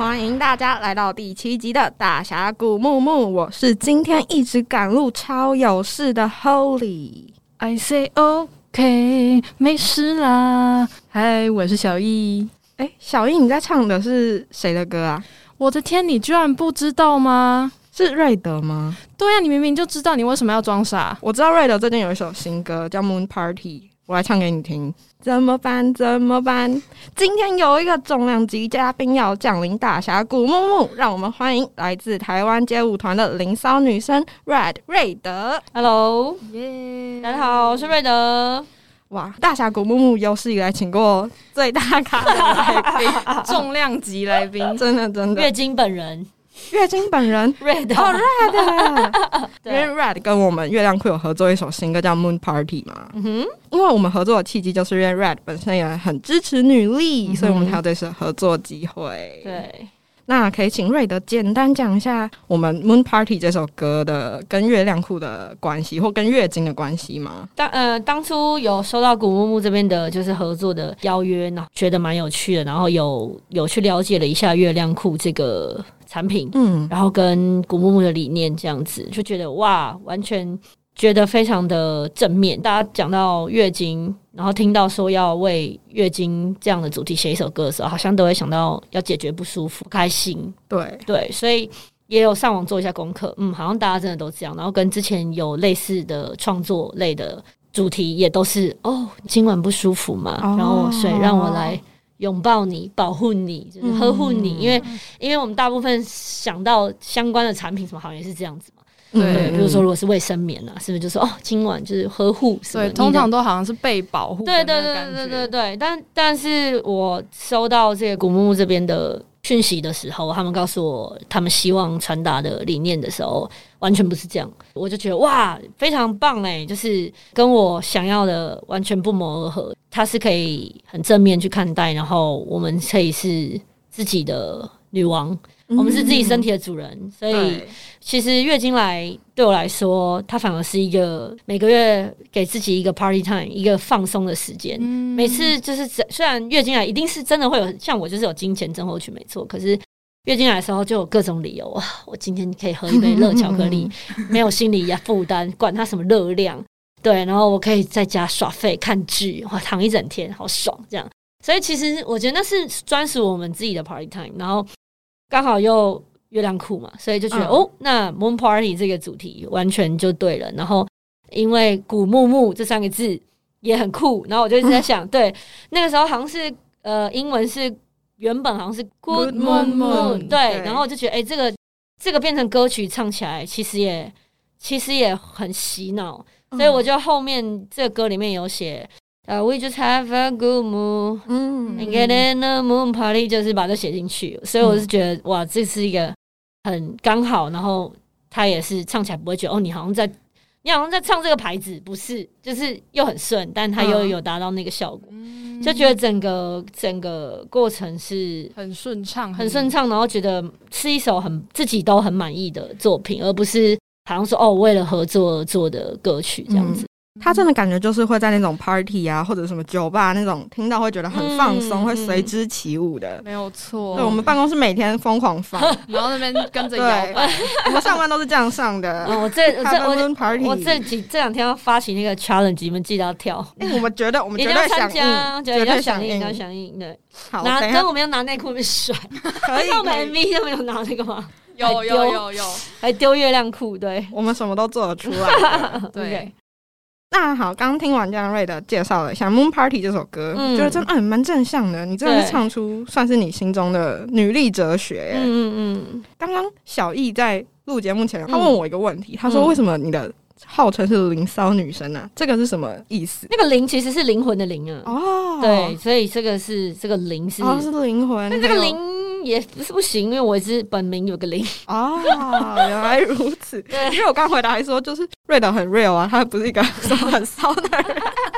欢迎大家来到第7集的大峡谷木木，我是今天一直赶路超有事的 Holy。I say OK， 没事啦。嗨，我是小易。 小易，你在唱的是谁的歌啊？ 我的天，你居然不知道吗？ 是瑞德吗？ 对啊，你明明就知道，你为什么要装傻？ 我知道瑞德最近有一首新歌叫 Moon Party， 我来唱给你听。怎么办？怎么办？今天有一个重量级嘉宾要降临大峡谷木木，让我们欢迎来自台湾街舞团的灵骚女生 Red 瑞德。 Hello， 大家好，我是瑞德。 哇，大峡谷木木有史以来请过最大咖的来宾， 重量级来宾， 真的。 月经本人。 月经本人 Red Red 因为 Red 跟我们月亮裤有合作一首新歌叫 Moon Party 嘛，因为我们合作的契机就是因为 Red 本身也很支持女力，所以我们才有这次合作机会。 对， 那可以请瑞德简单讲一下我们 Moon Party 这首歌的跟月亮裤的关系，或跟月经的关系吗？ 当初有收到古木木这边的就是合作的邀约，然后觉得蛮有趣的，然后有去了解了一下月亮裤这个产品，然后跟古木木的理念这样子，就觉得哇，完全觉得非常的正面。大家讲到月经，然后听到说要为月经这样的主题写一首歌的时候，好像都会想到要解决不舒服、开心。对，所以也有上网做一下功课，好像大家真的都这样。然后跟之前有类似的创作类的主题，也都是今晚不舒服嘛，然后我睡，让我来拥抱你，保护你，就是呵护你，因为我们大部分想到相关的产品什么好像也是这样子嘛。对，比如说如果是卫生棉啊，是不是就说今晚就是呵护什么？ 对，通常都好像是被保护的那个感觉。 对，但是我收到这个古木木这边的讯息的时候，他们告诉我他们希望传达的理念的时候，完全不是这样。我就觉得哇，非常棒耶，就是跟我想要的完全不谋而合。它是可以很正面去看待，然后我们可以是自己的女王，我们是自己身体的主人。所以其实月经来对我来说，它反而是一个每个月给自己一个 party time， 一个放松的时间。每次就是虽然月经来一定是真的会有，像我就是有经前症候群没错，可是月经来的时候就有各种理由啊，我今天可以喝一杯热巧克力，没有心理负担，管它什么热量。对，然后我可以在家耍废看剧，哇，躺一整天好爽这样。所以其实我觉得那是专属我们自己的 party time， 然后刚好又月亮裤嘛，所以就觉得那 Moon Party 这个主题完全就对了。然后因为古木木这3个字也很酷，然后我就一直在想，对，那个时候好像是英文是原本好像是 Good Moon， 对，然后我就觉得这个变成歌曲唱起来其实也很洗脑。所以我就后面这个歌里面有写We just have a good mood and get in a moon party， 就是把这写进去。所以我是觉得哇，这是一个很刚好，然后他也是唱起来不会觉得你好像在唱这个牌子，不是，就是又很顺，但他又有达到那个效果，就觉得整个过程是很顺畅， 然后觉得是一首自己都很满意的作品，而不是好像说为了合作而做的歌曲这样子。 他真的感觉就是会在那种 party 啊，或者什么酒吧那种听到会觉得很放松，会随之起舞的。 没有错。 对，我们办公室每天疯狂放， 然后那边跟着摇摆。 我们上班都是这样上的。 我这2天要发起那个 challenge， 你们记得要跳。 我们绝对响应，绝对响应。 对， 好， 跟我们要拿内裤被甩。可以。我们 MV 都没有拿那个吗？ 有， 还丢月亮裤。对， 我们什么都做得出来。 对。 那好，刚听完江瑞的介绍了一下《Moon Party》这首歌，觉得真的蛮正向的。你真的是唱出算是你心中的女力哲学。刚刚小易在录节目前，他问我一个问题，他说：“为什么你的号称是灵骚女生啊？这个是什么意思？” 那个灵其实是灵魂的灵啊。对，所以这个灵是是灵魂， 但这个灵也不是不行，因为我是本名有个灵。 原来如此。因为我刚回答还说，就是 Red 很 real 啊，他不是一个什么很骚的人。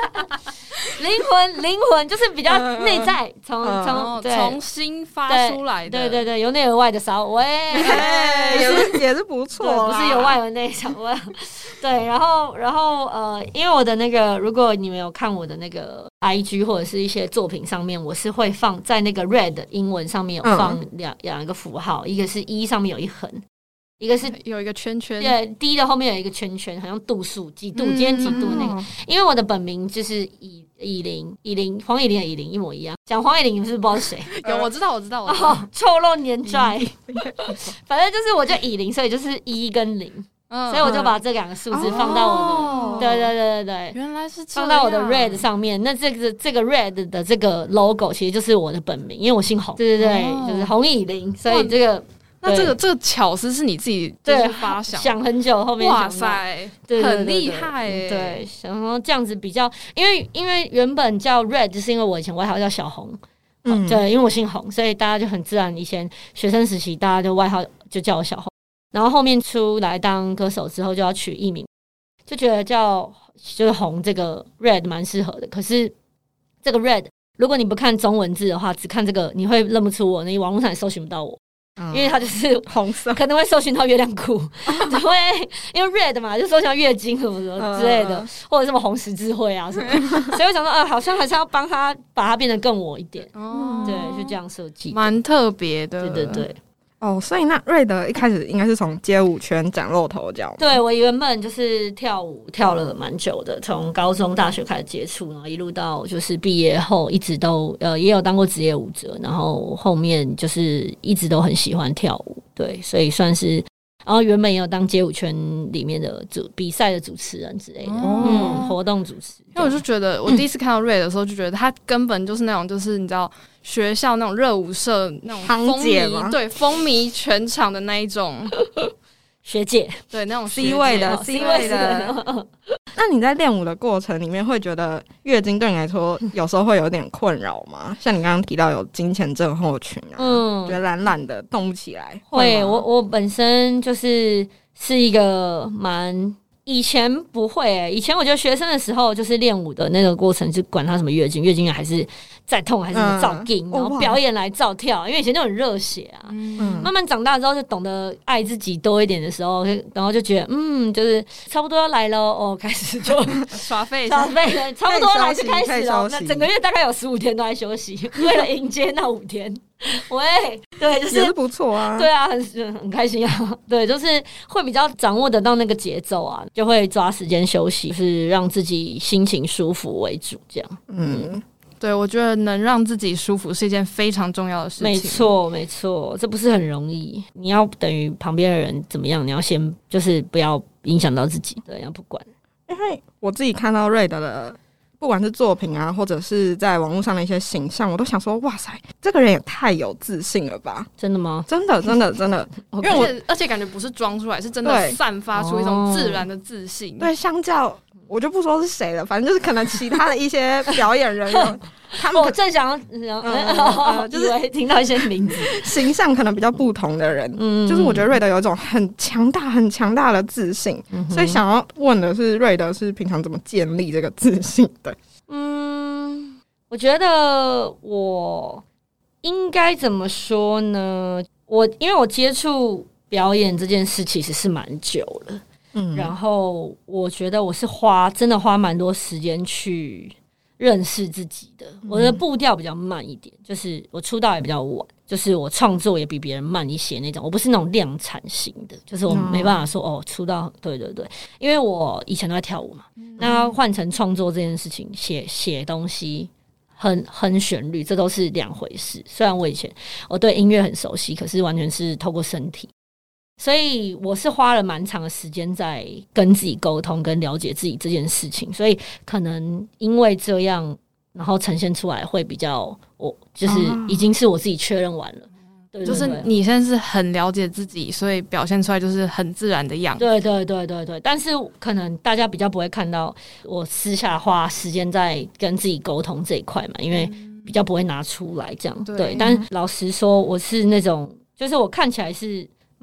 灵魂就是比较内在， 从心发出来的， 对，由内而外的骚， 也是不错， 不是由外而内骚。对，然后因为我的那个，如果你们有看我的那个 IG 或者是一些作品上面，我是会放在那个 Red 英文上面有放两个符号，一个是1上面有一横。一个是有一个圈圈， 对 ，D 的后面有一个圈圈，好像度数几度，今天几度那个。因为我的本名就是以琳，黄以琳的以琳一模一样。讲黄以琳，你们是不是不知道是谁？ 有，我知道。 臭肉年拽，反正就是我就以琳，所以就是1跟0，所以我就把这2个数字放到我的，对， 原来是这样， 放到我的 Red 上面。那这个 Red 的这个 logo 其实就是我的本名，因为我姓洪，对，就是洪以琳，所以这个。 那这个巧思是你自己就是发想很久，后面想到， 哇塞， 对很厉害耶！ 对，想说这样子比较，因为原本叫 Red 就是因为我以前外号叫小红，对，因为我姓洪，所以大家就很自然，以前学生时期大家就外号就叫我小红，然后后面出来当歌手之后就要取艺名，就觉得就是红这个 Red 蛮适合的，可是这个 Red 如果你不看中文字的话，只看这个你会认不出我，你网络上也搜寻不到我。因为它就是红色， 可能会搜寻到月亮裤，对，因为 red 嘛，就搜寻到月经什么什么之类的，或者什么红十字会啊什么，所以我想说，好像还是要帮他把它变得更我一点，对，就这样设计， 蛮特别的， 对。哦，所以那瑞德一开始应该是从街舞圈崭露头角。 对，我原本就是跳舞跳了蛮久的，从高中、大学开始接触，然后一路到就是毕业后，一直都也有当过职业舞者，然后后面就是一直都很喜欢跳舞，对，所以算是。然后原本也有当街舞圈里面的比赛的主持人之类的，活动主持。 因为我就觉得，我第一次看到瑞的时候，就觉得他根本就是那种，就是你知道学校那种热舞社那种风靡，对，风靡全场的那一种学姐， 对，那种 C 位的。那你在练舞的过程里面，会觉得月经对你来说有时候会有点困扰吗？像你刚刚提到有经前症候群啊，觉得懒懒的动不起来。 会，我本身是一个以前不会以前我觉得学生的时候就是练舞的那个过程，就管他什么月经还是再痛还是什么照劲，然后表演来照跳，因为以前就很热血啊。慢慢长大之后就懂得爱自己多一点的时候，然后就觉得就是差不多要来了开始就耍废差不多来就开始了。那整个月大概有15天都在休息，为了迎接那5天。对，就是也是不错啊。 对啊，很开心啊。对，就是会比较掌握得到那个节奏啊，就会抓时间休息，就是让自己心情舒服为主，这样。 对，我觉得能让自己舒服是一件非常重要的事情。 没错，这不是很容易。你要等于旁边的人怎么样，你要先就是不要影响到自己，对，要不管。 因为我自己看到瑞德的。不管是作品啊，或者是在网络上的一些形象，我都想说，哇塞，这个人也太有自信了吧？ 真的吗？ 真的，因为而且感觉不是装出来，是真的散发出一种自然的自信。 对，相较我就不说是谁了，反正就是可能其他的一些表演人员，他们我正想就是听到一些名字， 形象可能比较不同的人，就是我觉得瑞德有一种很强大的自信，所以想要问的是，瑞德是平常怎么建立这个自信的？ 我觉得我应该怎么说呢？因为我接触表演这件事其实是蛮久了。然后我觉得我是真的花蛮多时间去认识自己的。我的步调比较慢一点，就是我出道也比较晚，就是我创作也比别人慢一些那种。我不是那种量产型的，就是我没办法说出道，对，因为我以前都在跳舞嘛，那换成创作这件事情，写东西。哼旋律，这都是两回事。虽然我以前我对音乐很熟悉，可是完全是透过身体。所以我是花了蛮长的时间在跟自己沟通跟了解自己这件事情，所以可能因为这样，然后呈现出来会比较我就是已经是我自己确认完了。对， 就是你现在是很了解自己，所以表现出来就是很自然的样子。 对，但是可能大家比较不会看到我私下花时间在跟自己沟通这一块嘛，因为比较不会拿出来这样。对，但老实说，我是那种就是我看起来是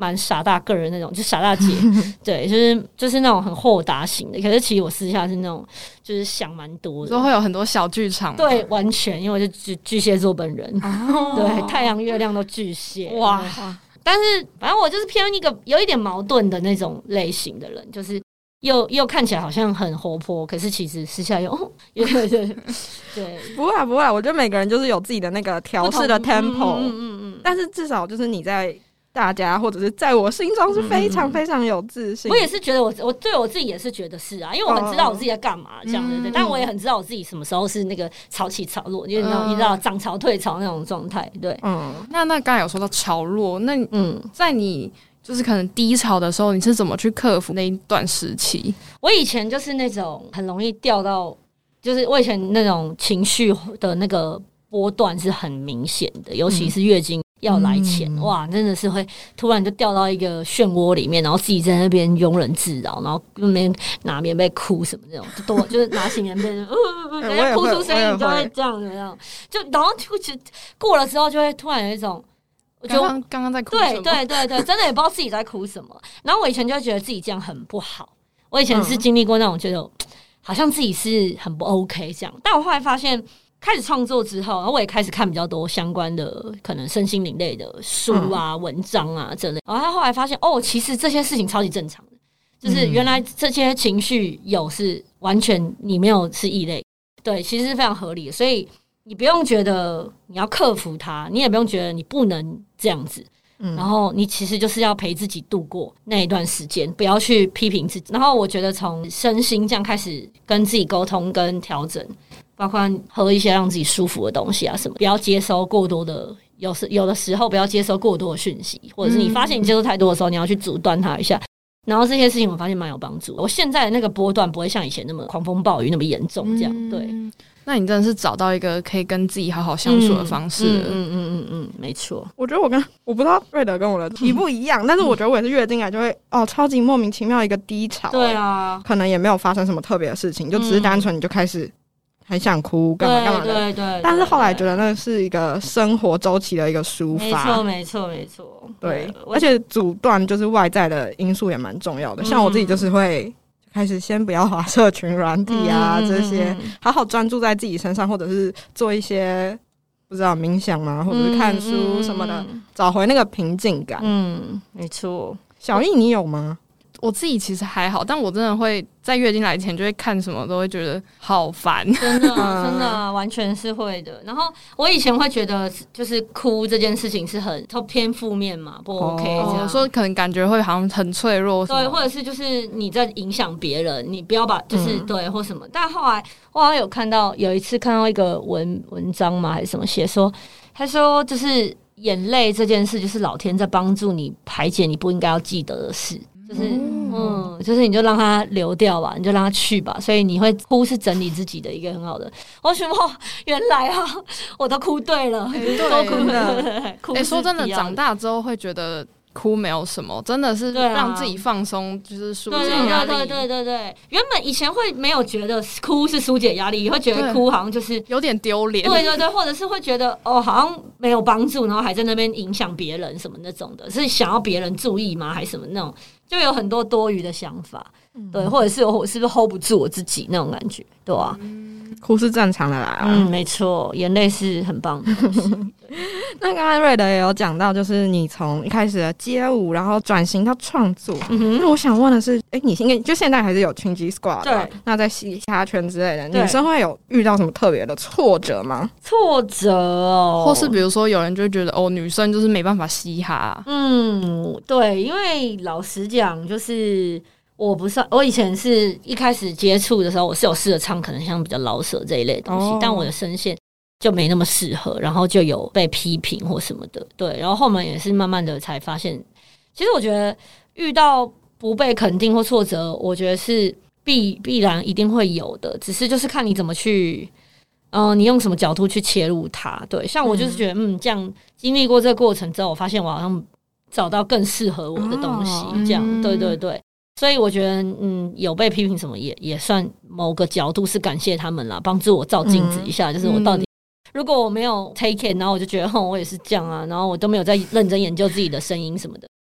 蛮傻大个人那种，就傻大姐，对，就是那种很豁达型的。可是其实我私下是那种，就是想蛮多的， 都会有很多小剧场。 对，完全，因为我是巨蟹座本人，对，太阳月亮都巨蟹，哇！但是反正我就是偏一个有一点矛盾的那种类型的人，就是又看起来好像很活泼，可是其实私下又对， 不会不会，我觉得每个人就是有自己的那个调试的 tempo，但是至少就是你在大家或者是在我心中是非常非常有自信。 我也是觉得我对我自己也是觉得是啊，因为我很知道我自己在干嘛这样对，但我也很知道我自己什么时候是那个潮起潮落，就是那种你知道涨潮退潮那种状态。对， 那刚才有说到潮落，那在你就是可能低潮的时候，你是怎么去克服那一段时期？ 我以前就是那种很容易掉到，就是我以前那种情绪的那个波段是很明显的，尤其是月经要来前，哇，真的是会突然就掉到一个漩涡里面，然后自己在那边庸人自扰，然后那边拿棉被哭什么这种，就是拿起棉被，人家哭出声音就会这样，就然后就过了之后就会突然有一种。 我觉得刚刚在哭什么？ 对，真的也不知道自己在哭什么。然后我以前就觉得自己这样很不好，我以前是经历过那种觉得好像自己是很不 OK 这样。但我后来发现，开始创作之后，然后我也开始看比较多相关的可能身心灵类的书啊、文章啊这类。然后后来发现，其实这些事情超级正常的，就是原来这些情绪有是完全你没有是异类，对，其实是非常合理的，所以。你不用觉得你要克服它，你也不用觉得你不能这样子，然后你其实就是要陪自己度过那一段时间，不要去批评自己。然后我觉得从身心这样开始跟自己沟通跟调整，包括喝一些让自己舒服的东西啊什么，不要接收过多的，有的时候不要接收过多的讯息，或者是你发现你接收太多的时候，你要去阻断它一下。然后这些事情我发现蛮有帮助的。我现在的那个波段不会像以前那么狂风暴雨那么严重，这样对。 那你真的是找到一个可以跟自己好好相处的方式。 没错。 我觉得我不知道瑞德跟我的一不一样，但是我觉得我也是月经来就会超级莫名其妙一个低潮。 对啊， 可能也没有发生什么特别的事情，就只是单纯你就开始很想哭，干嘛的。对。但是后来觉得那是一个生活周期的一个抒发。 没错。 对，而且阻断就是外在的因素也蛮重要的。像我自己就是会。开始先不要滑社群软体啊，这些好好专注在自己身上，或者是做一些不知道冥想嘛，或者是看书什么的，找回那个平静感。 没错。 小易，你有吗？ 我自己其实还好，但我真的会在月经来前就会看什么都会觉得好烦， 真的完全是会的。然后我以前会觉得就是哭这件事情是很偏负面嘛，不 OK 这样， 说可能感觉会好像很脆弱， 对，或者是就是你在影响别人，你不要把就是对或什么。但后来我好像有一次看到一个文章嘛还是什么写说，他说就是眼泪这件事就是老天在帮助你排解你不应该要记得的事。就是你就让它流掉吧，你就让它去吧，所以你会哭是整理自己的一个很好的。我觉得原来我都哭对了， 都哭了。说真的，长大之后会觉得哭没有什么，真的是让自己放松，就是疏解压力。 对。原本以前会没有觉得哭是疏解压力，会觉得哭好像就是有点丢脸。 对，或者是会觉得好像没有帮助，然后还在那边影响别人什么那种的，是想要别人注意吗？还是什么那种？就有很多多余的想法，对，或者是我是不是 hold 不住我自己那种感觉，对啊， 哭是正常的啦， 没错，眼泪是很棒的东西。 那刚刚瑞德也有讲到，就是你从一开始的街舞，然后转型到创作。那我想问的是，你应该就现在还是有群击 squad 对？那在嘻哈圈之类的，女生会有遇到什么特别的挫折吗？ 挫折或是比如说有人就会觉得女生就是没办法嘻哈。 对，因为老实讲，就是我以前是一开始接触的时候，我是有试着唱，可能像比较老舍这一类的东西，但我的声线就没那么适合，然后就有被批评或什么的。对，然后后面也是慢慢的才发现，其实我觉得遇到不被肯定或挫折，我觉得是必然一定会有的，只是就是看你怎么去，你用什么角度去切入它。对，像我就是觉得，这样经历过这个过程之后，我发现我好像找到更适合我的东西，这样，对。所以我觉得，有被批评什么也算某个角度是感谢他们啦，帮助我照镜子一下，就是我到底如果我没有 take it， 然后我就觉得，我也是这样啊，然后我都没有在认真研究自己的声音什么的，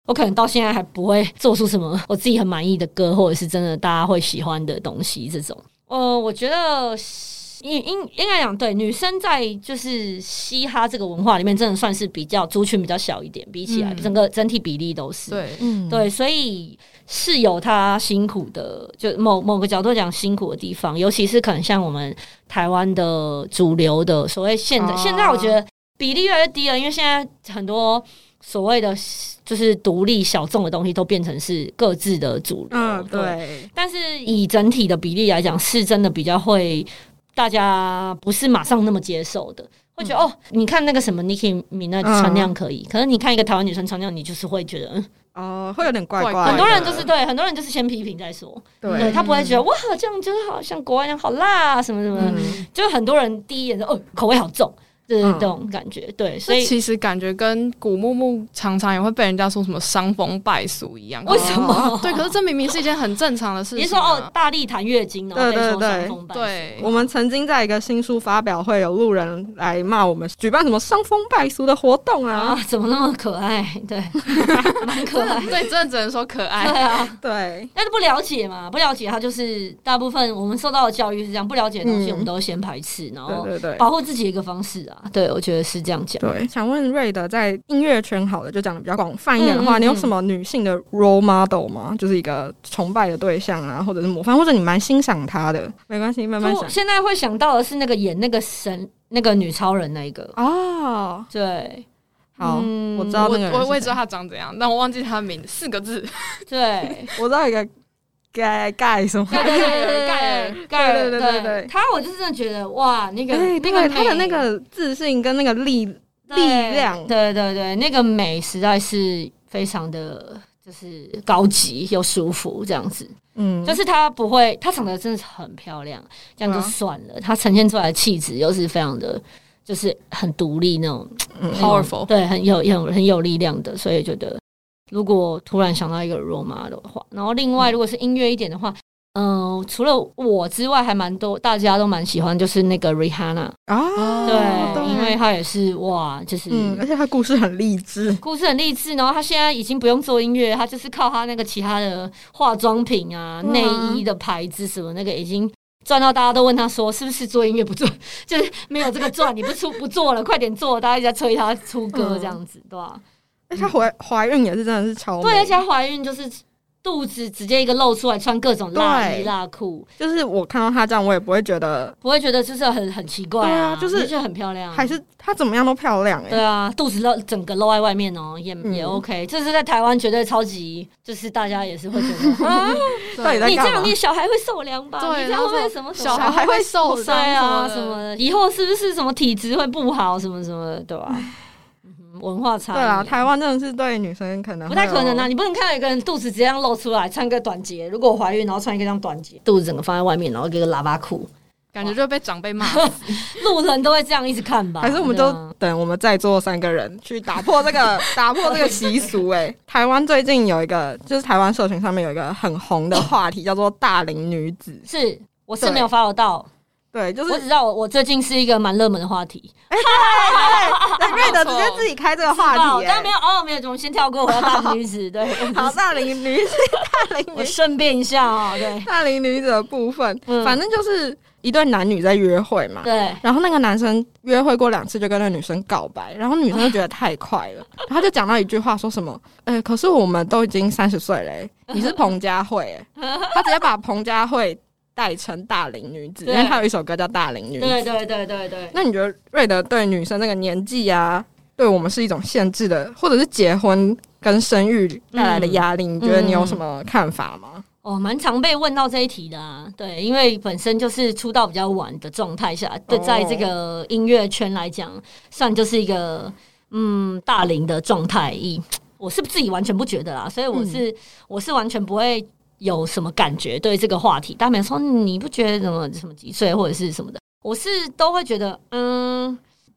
我可能到现在还不会做出什么我自己很满意的歌，或者是真的大家会喜欢的东西这种。我觉得应该讲，对，女生在就是嘻哈这个文化里面，真的算是比较族群比较小一点，比起来整体比例都是对，所以是有她辛苦的，就某个角度讲辛苦的地方，尤其是可能像我们台湾的主流的所谓现在我觉得比例越来越低了，因为现在很多所谓的就是独立小众的东西都变成是各自的主流，对。但是以整体的比例来讲，是真的比较会。大家不是马上那么接受的，会觉得你看那个什么 Nicki Minaj 穿那样可以，可是你看一个台湾女生穿那样，你就是会觉得会有点怪怪。 很多人就是对，很多人就是先批评再说，对他不会觉得哇这样就是好像国外那样好辣什么什么，就很多人第一眼说口味好重。就是这种感觉，对，所以其实感觉跟古木木常常也会被人家说什么伤风败俗一样。 为什么？ 对，可是这明明是一件很正常的事情。 你说大力弹月经，然后被说伤风败俗。 对， 我们曾经在一个新书发表会，有路人来骂我们举办什么伤风败俗的活动啊， 怎么那么可爱？对，蛮可爱。 对，真的只能说可爱。 对啊， 对。 但是不了解嘛，不了解他就是大部分我们受到的教育是这样，不了解的东西我们都先排斥，然后保护自己的一个方式啊。对，我觉得是这样讲。 对，想问瑞德，在音乐圈好了，就讲的比较广泛一点的话，你有什么女性的 role model 吗？就是一个崇拜的对象啊，或者是模范，或者你蛮欣赏她的？没关系，慢慢想。 现在会想到的是那个演那个神那个女超人那一个哦，对。 好，我知道那个我也知道她长怎样，但我忘记她的名字，4个字。 对， 我知道一个盖什么？ 盖尔，对，他我就真的觉得哇，那个他的那个自信跟那个力量， 对，那个美实在是非常的，就是高级又舒服这样子。就是他不会，他长得真的是很漂亮，这样就算了，他呈现出来的气质又是非常的，就是很独立那种 powerful， 对，很有力量的，所以觉得。如果突然想到一个 role model 的话，然后另外如果是音乐一点的话，除了我之外，还蛮多大家都蛮喜欢，就是那个 Rihanna 对，因为她也是哇，就是而且她故事很励志， 然后她现在已经不用做音乐，她就是靠她那个其他的化妆品啊、内衣的牌子什么那个已经赚到，大家都问她说是不是做音乐不做，就是没有这个赚，你不做了，快点做，大家一直在催她出歌这样子，对吧？ 她怀孕也是真的是超美， 对，而且她怀孕就是肚子直接一个露出来，穿各种辣衣辣裤， 就是我看到她这样，我也不会觉得就是很奇怪啊，就是觉得很漂亮， 还是她怎么样都漂亮对啊，肚子整个露在外面哦，也 OK，这是在台湾绝对超级，就是大家也是会觉得，你这样你小孩会受凉吧？ 对， 你这样会什么小孩会受伤啊什么的，以后是不是什么体质会不好什么什么的，对吧？文化差异， 对啊，台湾真的是对女生可能不太可能啊！你不能看到一个人肚子直接这样露出来，穿个短截。如果我怀孕，然后穿一个这样短截，肚子整个放在外面，然后一个喇叭裤， 感觉就会被长辈骂。 路人都会这样一直看吧？ 还是我们就等我们在座3个人去打破这个习俗？台湾最近有一个，就是台湾社群上面有一个很红的话题，叫做大龄女子。 是，我是没有 follow 到。 对，就是我只知道我最近是一个蛮热门的话题。 瑞德直接自己开这个话题， 刚没有没有，我们先跳过。我要大龄女子，对， 好，大龄女子， 我顺便一下对， 大龄女子的部分，反正就是一对男女在约会嘛， 对， 然后那个男生约会过2次就跟那个女生告白，然后女生就觉得太快了，然后就讲到一句话说什么，可是我们都已经30岁了，你是彭佳慧，他直接把彭佳慧代称大龄女子，因为他有一首歌叫《大龄女子》。 对。 那你觉得瑞德对女生那个年纪啊，对我们是一种限制的，或者是结婚跟生育带来的压力？你觉得你有什么看法吗？ 蛮常被问到这一题的啊。对，因为本身就是出道比较晚的状态下，对，在这个音乐圈来讲，算就是一个大龄的状态。我是自己完全不觉得啦，所以我是完全不会有什么感觉对这个话题。大家没说你不觉得什么几岁或者是什么的，我是都会觉得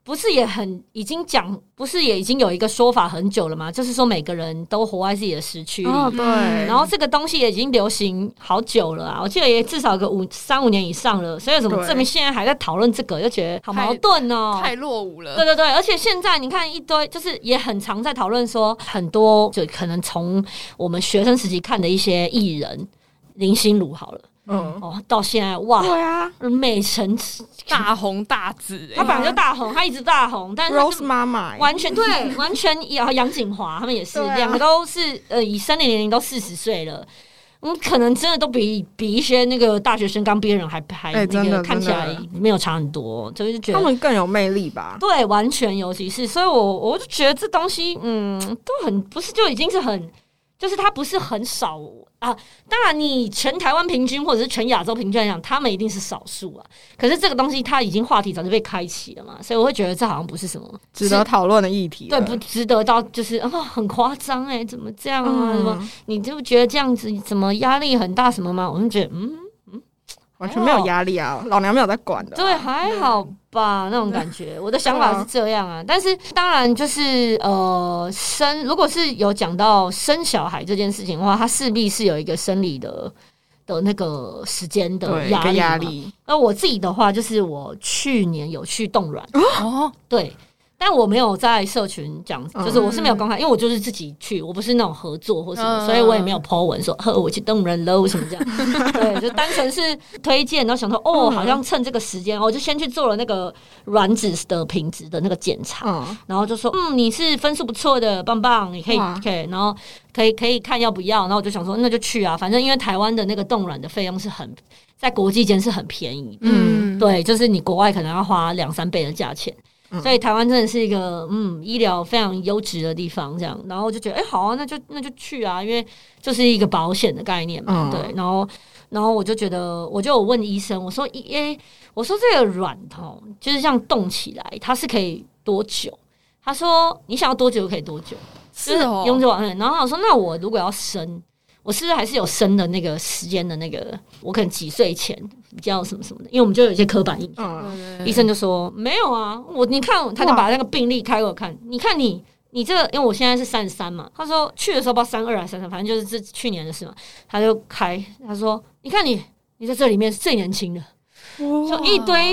不是也很已经讲，不是也已经有一个说法很久了吗？就是说每个人都活在自己的时区里， 对。 然后这个东西也已经流行好久了啊，我记得也至少个3-5年以上了。所以怎么证明现在还在讨论这个，就觉得好矛盾哦， 太落伍了。 对，而且现在你看一堆，就是也很常在讨论说，很多就可能从我们学生时期看的一些艺人，林心如好了。到现在哇， 对啊， 美成大红大紫， 他本来就大红，他一直大红，但是 Rose 妈妈完全对，完全杨谨华他们也是，两个都是以生理年龄都40岁了，可能真的都比一些那个大学生刚毕业人还那个看起来没有差很多，就是觉得他们更有魅力吧？ 对，完全尤其是，所以我就觉得这东西都很不是就已经是很。就是它不是很少啊，当然你全台湾平均或者是全亚洲平均来讲，他们一定是少数啊。可是这个东西它已经话题早就被开启了嘛，所以我会觉得这好像不是什么值得讨论的议题。 对，不值得到就是很夸张怎么这样啊？什么你就觉得这样子怎么压力很大什么吗？我就觉得完全没有压力啊，老娘没有在管的。 对，还好吧，那种感觉。我的想法是这样啊，但是当然就是如果是有讲到生小孩这件事情的话，它势必是有一个生理的那个时间的压力。那我自己的话，就是我去年有去冻卵对。但我没有在社群讲，就是我是没有公开，因为我就是自己去，我不是那种合作或什么，所以我也没有 po 文说我去冻人了什么这样。对，就单纯是推荐，然后想说好像趁这个时间，我就先去做了那个卵子的品质的那个检查，然后就说你是分数不错的，棒棒，你可以，然后可以看要不要，然后我就想说那就去啊，反正因为台湾的那个冻卵的费用是在国际间是很便宜，对，就是你国外可能要花2-3倍的价钱。所以台湾真的是一个医疗非常优质的地方，这样，然后我就觉得好啊，那就去啊，因为就是一个保险的概念嘛，对，然后我就觉得，我就有问医生，我说我说这个卵就是这样冻起来，它是可以多久？他说你想要多久可以多久， 是永久然后我说那我如果要生，我是不是还是有生的那个时间的那个，我可能几岁前比较什么什么的，因为我们就有一些刻板印象。医生就说没有啊，你看，他就把那个病历开给我看，你看你这个，因为我现在是33嘛，他说去的时候不知道32还是33，反正就是去年的事嘛，他就他说你看你在这里面是最年轻的。就一堆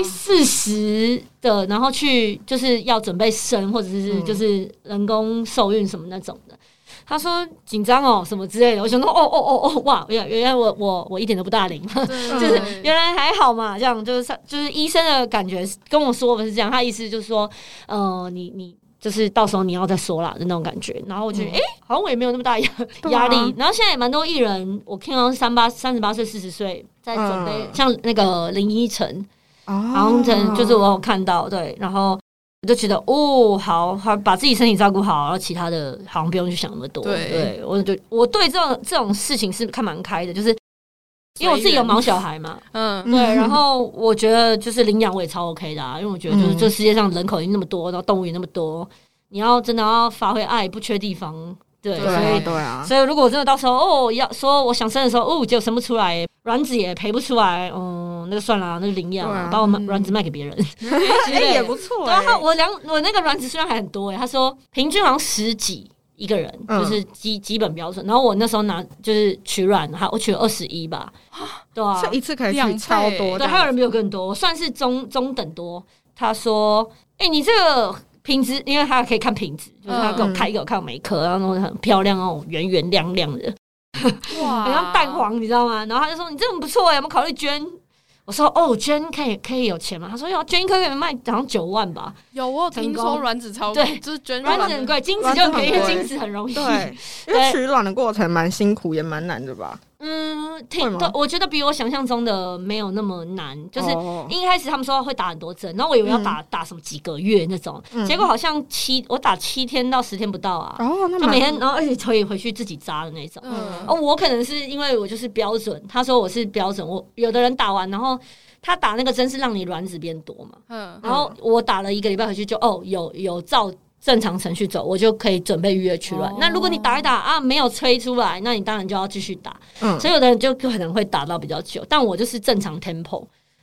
40的，然后去就是要准备生，或者是就是人工受孕什么那种的。他说紧张什么之类的，我想说哇，原来我一点都不大龄，就是原来还好嘛，这样就是医生的感觉跟我说的是这样，他意思就是说你就是到时候你要再说啦的那种感觉。然后我觉得好像我也没有那么大压力。然后现在也蛮多艺人，我听到38岁40岁在准备，像那个林依晨好像就是我有看到，对，然后我就觉得好把自己身体照顾好，然后其他的好像不用去想那么多。对，我对这种事情是看蛮开的，就是因为我自己有毛小孩嘛，对，然后我觉得就是领养我也超 OK 的因为我觉得就是这世界上人口已经那么多，然后动物也那么多，你要真的要发挥爱，不缺地方。对，所以如果真的到时候要说我想生的时候结果生不出来，卵子也赔不出来，那就算了，那就领养把我卵子卖给别人， 也不错。 对啊，我那个卵子数量还很多他说平均好像10几一个人，就是基本标准。然后我那时候拿就是取卵，我取了21吧，对啊， 这一次可以取超多， 对，还有人比我更多，我算是中等多。他说你这个品质，因为他可以看品质，就是他给我开给我看每一颗，然后很漂亮哦，圆圆亮亮的，哇，很像蛋黄，你知道吗？然后他就说你这很不错有没有考虑捐？我说捐可以有钱吗？他说捐一颗可以卖好像9万吧。 有我有听说卵子超贵，就是捐卵子很贵，精子就可以，因为精子很容易。 对，因为取卵的过程蛮辛苦，也蛮难的吧？ 我觉得比我想象中的没有那么难，就是一开始他们说会打很多针，然后我以为要打什么几个月那种，结果好像我打7天到10天不到啊，就每天，然后而且可以回去自己扎的那种。我可能是因为我就是标准，他说我是标准，我有的人打完然后他打那个针是让你卵子变多嘛，然后我打了1个礼拜回去就有照正常程序走，我就可以准备预约取卵。那如果你打一打没有催出来，那你当然就要继续打。所以有的人就可能会打到比较久，但我就是正常 tempo，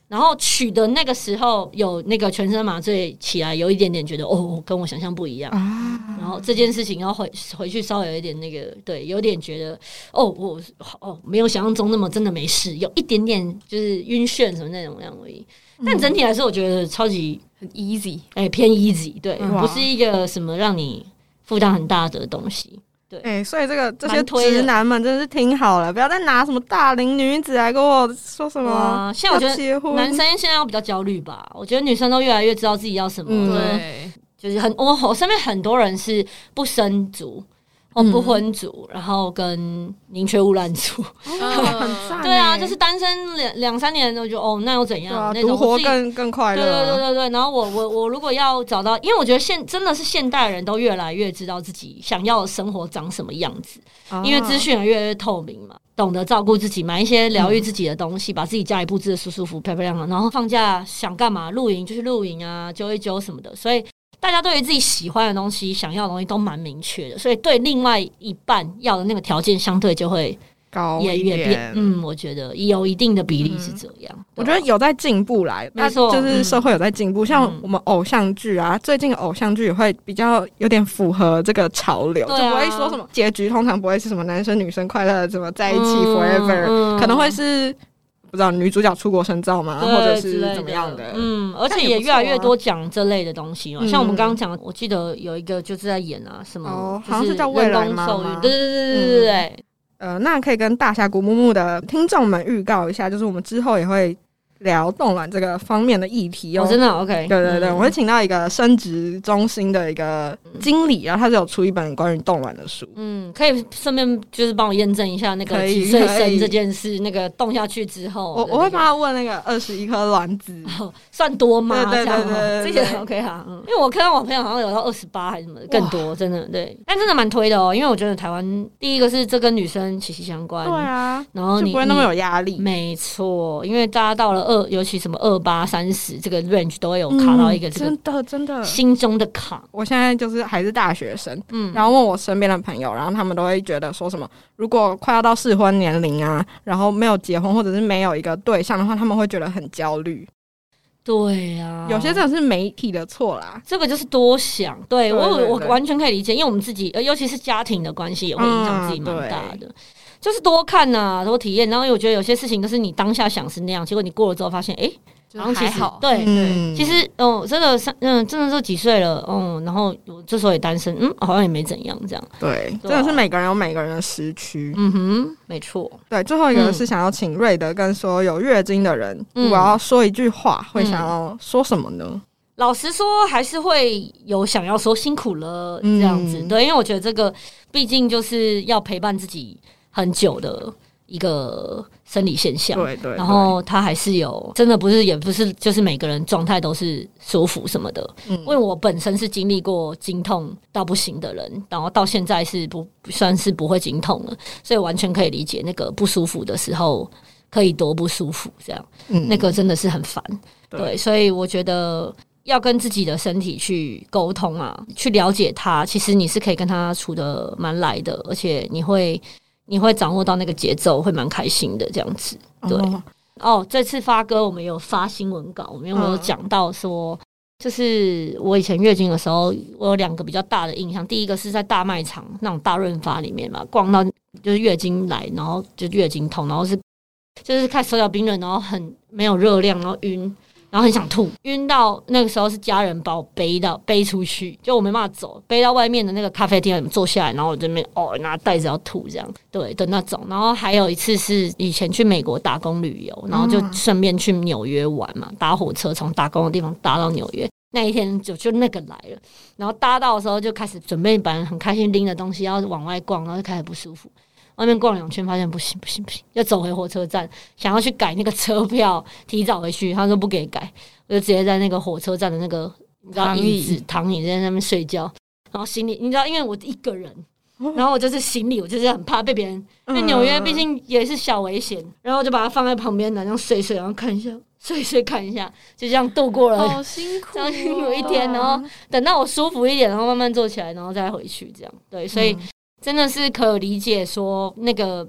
然后取的那个时候有那个全身麻醉起来，有一点点觉得跟我想象不一样然后这件事情要回去稍微有一点那个对，有点觉得我没有想象中那么真的没事，有一点点就是晕眩什么那种样而已。但整体来说，我觉得超级很 easy， 偏 easy， 对，不是一个什么让你负担很大的东西。对， 所以这些直男们真的是听好了，不要再拿什么大龄女子来跟我说什么。 现在我觉得男生现在要比较焦虑吧，我觉得女生都越来越知道自己要什么。对，就是我身边很多人是不生族。不婚族，然后跟宁缺毋滥族， 很赞。 对啊，就是单身两三年我就那又怎样？那种独活更快乐。 对。然后我如果要找到，因为我觉得真的是现代人都越来越知道自己想要的生活长什么样子，因为资讯越来越透明嘛，懂得照顾自己，买一些疗愈自己的东西，把自己家里布置的舒舒服漂漂亮亮，然后放假想干嘛露营就去露营啊，揪一揪什么的，所以。大家对于自己喜欢的东西、想要的东西都蛮明确的，所以对另外一半要的那个条件相对就会高一点。 我觉得有一定的比例是这样。 我觉得有在进步来， 没错， 就是社会有在进步。像我们偶像剧啊，最近的偶像剧也会比较有点符合这个潮流，就不会说什么结局通常不会是什么男生女生快乐怎么在一起 forever，可能会是。不知道女主角出国深造吗？或者是怎么样的？ 而且也越来越多讲这类的东西嘛。像我们刚刚讲，我记得有一个就是在演什么， 好像是叫未来妈妈。 对。 那可以跟大峡谷木木的听众们预告一下，就是我们之后也会聊冻卵这个方面的议题真的 OK。 对，我会请到一个生殖中心的一个经理，然后他是有出一本关于冻卵的书。 可以顺便就是帮我验证一下那个几岁生这件事，那个冻下去之后， 我会帮他问那个21颗卵子算多吗？ 对， 这些 OK 哈。因为我看到我朋友好像有到28还是什么更多，真的对，但真的蛮推的因为我觉得台湾第一个是这跟女生息息相关， 对啊， 然后你不会那么有压力， 没错，因为大家到了尤其什么28、30这个 range 都会有卡到一个这个真的心中的卡。 我现在就是还是大学生，然后问我身边的朋友，然后他们都会觉得说什么，如果快要到适婚年龄啊，然后没有结婚或者是没有一个对象的话，他们会觉得很焦虑。 对啊， 有些真的是媒体的错啦， 这个就是多想。对，我完全可以理解，因为我们自己，尤其是家庭的关系，也会影响自己蛮大的。就是多看啊，多体验。然后我觉得有些事情都是你当下想是那样，结果你过了之后发现，然后其实对，其实真的真的是几岁了，然后我这时候也单身，好像也没怎样这样。 对，真的是每个人有每个人的时区。 没错。 对，最后一个是想要请瑞德跟所有月经的人，如果要说一句话，会想要说什么呢？ 老实说，还是会有想要说辛苦了这样子。对，因为我觉得这个毕竟就是要陪伴自己很久的一个生理现象， 对， 然后它还是有真的也不是就是每个人状态都是舒服什么的。因为我本身是经历过经痛到不行的人，然后到现在是算是不会经痛了，所以完全可以理解那个不舒服的时候可以多不舒服，这样，那个真的是很烦。对，所以我觉得要跟自己的身体去沟通啊，去了解它，其实你是可以跟它处得蛮来的，而且你会掌握到那个节奏，会蛮开心的这样子。对，这次发歌我们有发新闻稿，我们有讲到说，就是我以前月经的时候，我有2个比较大的印象。第一个是在大卖场那种大润发里面嘛，逛到就是月经来，然后就月经痛，然后就是看手脚冰冷，然后很没有热量，然后晕。然后很想吐，晕到那个时候是家人把我背出去，就我没办法走，背到外面的那个咖啡厅坐下来，然后我这边拿袋子要吐这样，对的那种。然后还有一次是以前去美国打工旅游，然后就顺便去纽约玩嘛，搭火车从打工的地方搭到纽约。那一天就那个来了，然后搭到的时候就开始准备，本来很开心拎的东西要往外逛，然后就开始不舒服。外面逛2圈，发现不行，要走回火车站，想要去改那个车票，提早回去，他说不给改，我就直接在那个火车站的那个你知道躺椅在那边睡觉，然后行李你知道，因为我一个人，然后我就是行李，我就是很怕被别人，因为纽约毕竟也是小危险，然后我就把它放在旁边，这样睡，然后看一下。睡看一下，就这样度过了， 好辛苦， 这样辛苦一天，然后等到我舒服一点，然后慢慢坐起来，然后再回去，这样对，所以真的是可以理解说那个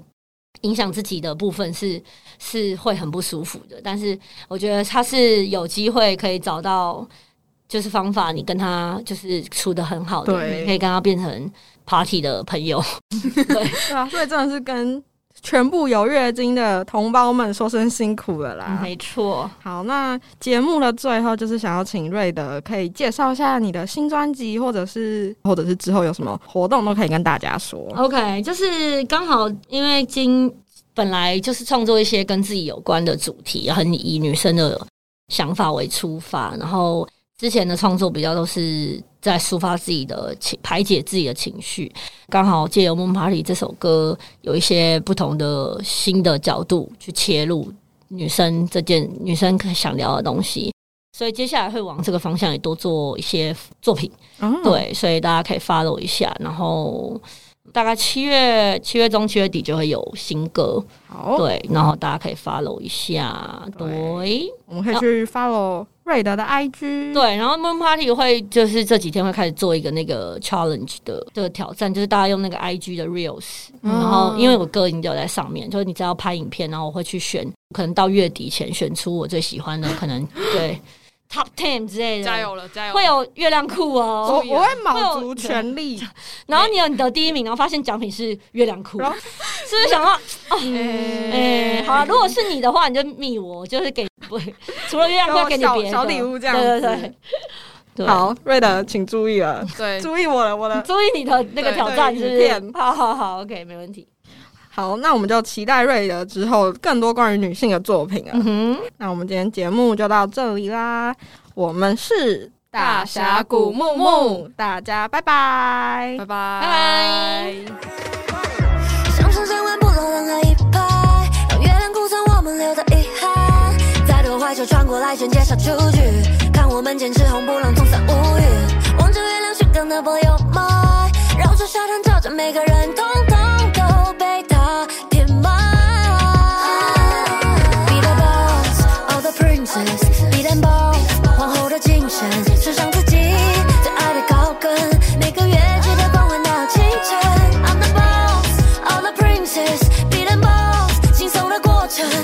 影响自己的部分是会很不舒服的。但是我觉得他是有机会可以找到就是方法，你跟他就是处得很好的，你可以跟他变成 party 的朋友。对啊，所以真的是跟全部有月经的同胞们说声辛苦了啦。 没错。 好，那节目的最后就是想要请瑞德可以介绍一下你的新专辑，或者是之后有什么活动都可以跟大家说。 OK， 就是刚好因为本来就是创作一些跟自己有关的主题，很以女生的想法为出发，然后之前的创作比较都是在抒发自己的排解自己的情绪，刚好借由 Moon Party 这首歌有一些不同的新的角度去切入女生想聊的东西，所以接下来会往这个方向也多做一些作品。对，所以大家可以 follow 一下，然后大概7月中7月底就会有新歌。好，对，然后大家可以 follow 一下。对， 我们可以去 follow瑞德的 IG。 对，然后 Moon Party 会就是这几天会开始做一个那个 challenge 的挑战，就是大家用那个 IG 的 reels，然后因为我歌已经有在上面，就是你只要拍影片，然后我会去选，可能到月底前选出我最喜欢的，可能对。Top 10之类的， 加油了，加油！ 会有月亮裤哦， 我会卯足全力。 然后你有你的第1名，然后发现奖品是月亮裤，是不是想要？好了，如果是你的话，你就密我，就是给除了月亮裤要给你别的小礼物这样子。对，好，瑞德，请注意了，对，注意我的， 注意你的那个挑战，是不是？好 ，OK， 没问题。 好，那我们就期待瑞德之后更多关于女性的作品了。那我们今天节目就到这里啦，我们是大峡谷木木， 大家拜拜， 拜拜，拜拜。 想象千万不落任何一拍，让月亮库存我们留的遗憾，再多坏就传过来，全介绍出去，看我们坚持红不让从三无语，望着月亮虚更的波有麦，绕着沙滩照着每个人，通通都被它填满。Be the boss of the princess， be them boss， 皇后的精神，时尚自己最爱的高跟，每个月记得光环到清晨。I'm the boss of the princess， be them boss， 轻松的过程。